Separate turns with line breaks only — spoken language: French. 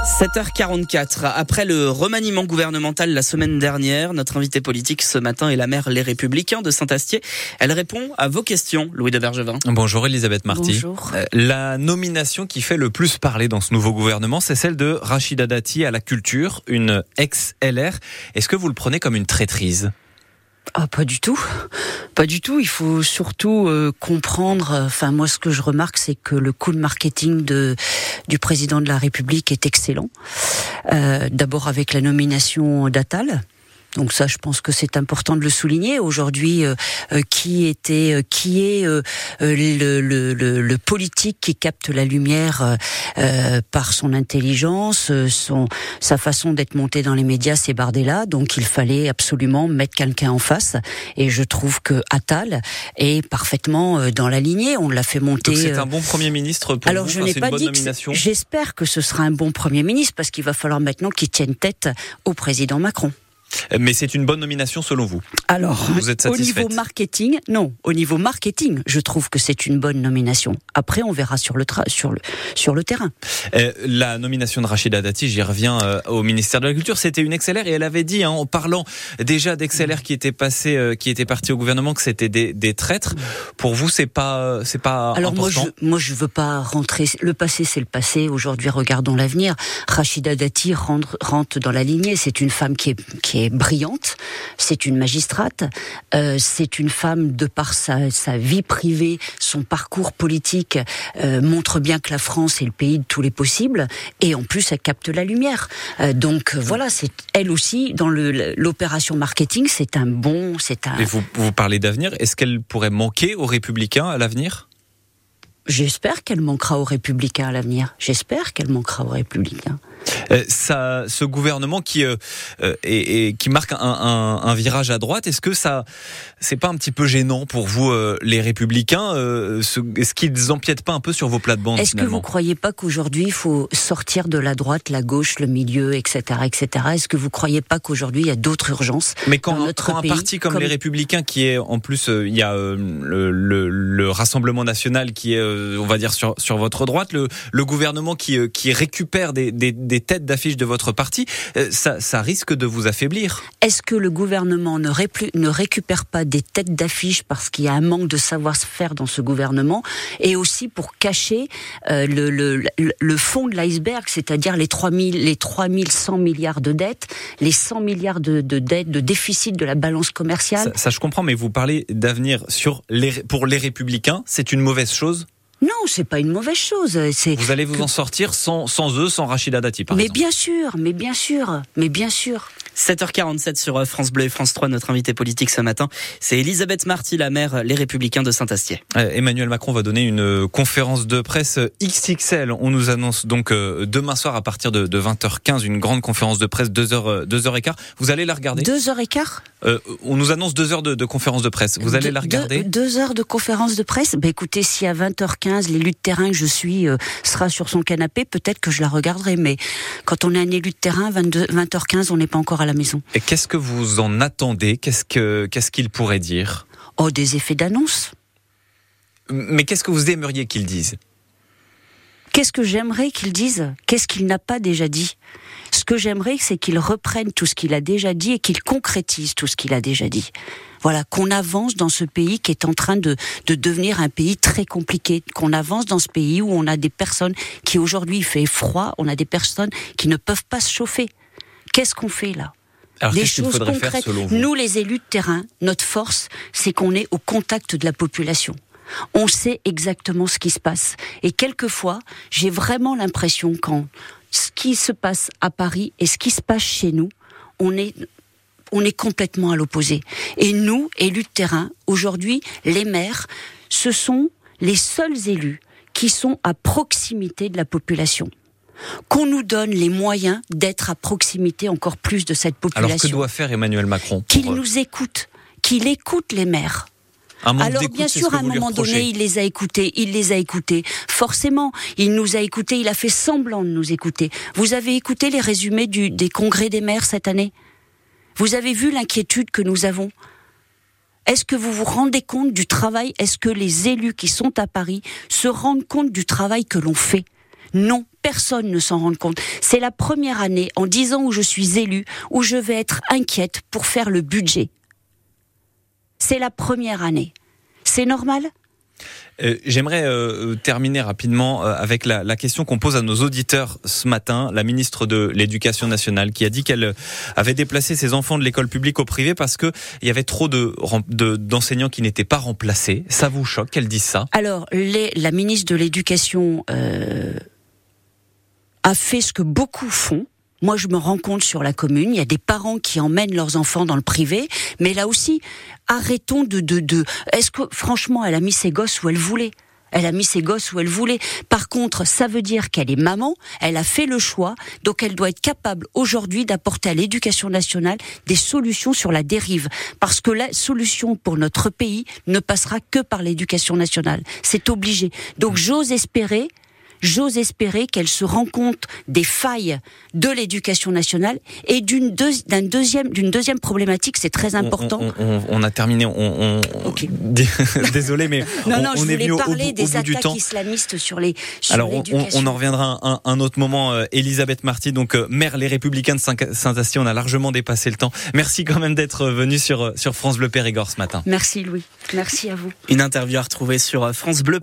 7h44. Après le remaniement gouvernemental la semaine dernière, notre invitée politique ce matin est la maire Les Républicains de Saint-Astier. Elle répond à vos questions, Louis de Bergevin.
Bonjour Elisabeth Marty.
Bonjour.
La nomination qui fait le plus parler dans ce nouveau gouvernement, c'est celle de Rachida Dati à la culture, une ex-LR. Est-ce que vous le prenez comme une traîtrise ?
Ah, pas du tout. Pas du tout. Il faut surtout comprendre. Enfin, moi, ce que je remarque, c'est que le coup de marketing du président de la République est excellent. D'abord avec la nomination d'Attal. Donc ça, je pense que c'est important de le souligner. Aujourd'hui, qui est le politique qui capte la lumière par son intelligence, sa façon d'être monté dans les médias, c'est Bardella. Donc il fallait absolument mettre quelqu'un en face. Et je trouve que Attal est parfaitement dans la lignée. On l'a fait monter.
Donc c'est un bon Premier ministre pour
alors,
vous.
je n'ai pas
une bonne
dit
nomination.
J'espère que ce sera un bon Premier ministre parce qu'il va falloir maintenant qu'il tienne tête au président Macron.
Mais c'est une bonne nomination selon vous.
Alors,
vous êtes satisfaite ?
Au niveau marketing, je trouve que c'est une bonne nomination. Après, on verra sur le terrain.
La nomination de Rachida Dati, j'y reviens au ministère de la Culture, c'était une ex-LR et elle avait dit, en parlant déjà d'ex-LR qui étaient partis au gouvernement, que c'était des traîtres. Pour vous, c'est pas
alors
important.
moi, je veux pas rentrer. Le passé, c'est le passé. Aujourd'hui, regardons l'avenir. Rachida Dati rentre dans la lignée. C'est une femme qui est brillante, c'est une magistrate, c'est une femme de par sa vie privée, son parcours politique montre bien que la France est le pays de tous les possibles et en plus elle capte la lumière. Donc voilà, c'est elle aussi dans l'opération marketing,
Et vous parlez d'avenir, est-ce qu'elle pourrait manquer aux Républicains à l'avenir ?
J'espère qu'elle manquera aux Républicains à l'avenir.
Ce gouvernement qui marque un virage à droite, est-ce que ça c'est pas un petit peu gênant pour vous les Républicains est-ce qu'ils empiètent pas un peu sur vos plates-bandes
Est-ce
finalement ?
que vous croyez pas qu'aujourd'hui il faut sortir de la droite, la gauche, le milieu, etc., etc. Est-ce que vous croyez pas qu'aujourd'hui il y a d'autres urgences ?
Mais quand
un
parti comme les Républicains qui est en plus il y a le Rassemblement National qui est on va dire sur votre droite, le gouvernement qui récupère des têtes d'affiche de votre parti, ça risque de vous affaiblir.
Est-ce que le gouvernement ne récupère pas des têtes d'affiche parce qu'il y a un manque de savoir-faire dans ce gouvernement et aussi pour cacher le fond de l'iceberg, c'est-à-dire les 3100 milliards de dettes, les 100 milliards de dettes, de déficit de la balance commerciale.
Ça je comprends, mais vous parlez d'avenir pour les Républicains, c'est une mauvaise chose ?
Non, c'est pas une mauvaise chose.
Vous allez vous en sortir sans eux, sans Rachida Dati, par exemple.
Mais bien sûr.
7h47 sur France Bleu et France 3, notre invité politique ce matin, c'est Elisabeth Marty, la maire Les Républicains de Saint-Astier.
Emmanuel Macron va donner une conférence de presse XXL. On nous annonce donc demain soir à partir de 20h15 une grande conférence de presse, 2h15. Vous allez la regarder ?
2h15 ?
On nous annonce 2 heures de conférence de presse. Vous allez la regarder ?
2 heures de conférence de presse ? Écoutez, si à 20h15, l'élu de terrain que je suis sera sur son canapé, peut-être que je la regarderai. Mais quand on est un élu de terrain, 20h15, on n'est pas encore à la maison.
Et qu'est-ce que vous en attendez ? Qu'est-ce qu'il pourrait dire ?
Oh, des effets d'annonce.
Mais qu'est-ce que vous aimeriez qu'il dise ?
Qu'est-ce que j'aimerais qu'il dise ? Qu'est-ce qu'il n'a pas déjà dit ? Ce que j'aimerais, c'est qu'il reprenne tout ce qu'il a déjà dit et qu'il concrétise tout ce qu'il a déjà dit. Voilà, qu'on avance dans ce pays qui est en train de devenir un pays très compliqué, qu'on avance dans ce pays où on a des personnes qui aujourd'hui il fait froid, on a des personnes qui ne peuvent pas se chauffer. Qu'est-ce qu'on fait là ?
Alors,
des
qu'est-ce qu'il
choses
faudrait
concrètes.
faire selon vous ?
Nous, les élus de terrain, notre force, c'est qu'on est au contact de la population. On sait exactement ce qui se passe. Et quelquefois, j'ai vraiment l'impression quand ce qui se passe à Paris et ce qui se passe chez nous, on est complètement à l'opposé. Et nous, élus de terrain, aujourd'hui, les maires, ce sont les seuls élus qui sont à proximité de la population. Qu'on nous donne les moyens d'être à proximité encore plus de cette population.
Alors que doit faire Emmanuel Macron ?
Qu'il nous écoute, qu'il écoute les maires. Alors bien sûr, à un moment donné, il les a écoutés. Forcément, il nous a écoutés, il a fait semblant de nous écouter. Vous avez écouté les résumés des congrès des maires cette année ? Vous avez vu l'inquiétude que nous avons ? Est-ce que vous vous rendez compte du travail ? Est-ce que les élus qui sont à Paris se rendent compte du travail que l'on fait ? Non, personne ne s'en rende compte. C'est la première année, en 10 ans où je suis élue, où je vais être inquiète pour faire le budget. C'est la première année. C'est normal ?
J'aimerais terminer rapidement avec la question qu'on pose à nos auditeurs ce matin. La ministre de l'Éducation nationale qui a dit qu'elle avait déplacé ses enfants de l'école publique au privé parce que il y avait trop d'enseignants qui n'étaient pas remplacés. Ça vous choque qu'elle dise ça ?
Alors, la ministre de l'Éducation a fait ce que beaucoup font. Moi, je me rends compte sur la commune, il y a des parents qui emmènent leurs enfants dans le privé, mais là aussi, arrêtons est-ce que, franchement, elle a mis ses gosses où elle voulait ? Elle a mis ses gosses où elle voulait. Par contre, ça veut dire qu'elle est maman, elle a fait le choix, donc elle doit être capable aujourd'hui d'apporter à l'éducation nationale des solutions sur la dérive. Parce que la solution pour notre pays ne passera que par l'éducation nationale. C'est obligé. Donc j'ose espérer qu'elle se rend compte des failles de l'éducation nationale et d'une deuxième problématique, c'est très important.
On a terminé.
Okay.
Désolé, mais on est venu au bout du temps.
Islamistes sur
Alors,
l'éducation.
on en reviendra un autre moment. Elisabeth Marty, donc maire Les Républicains de Saint-Astier, on a largement dépassé le temps. Merci quand même d'être venu sur France Bleu Périgord ce matin.
Merci Louis. Merci à vous.
Une interview à retrouver sur France Bleu.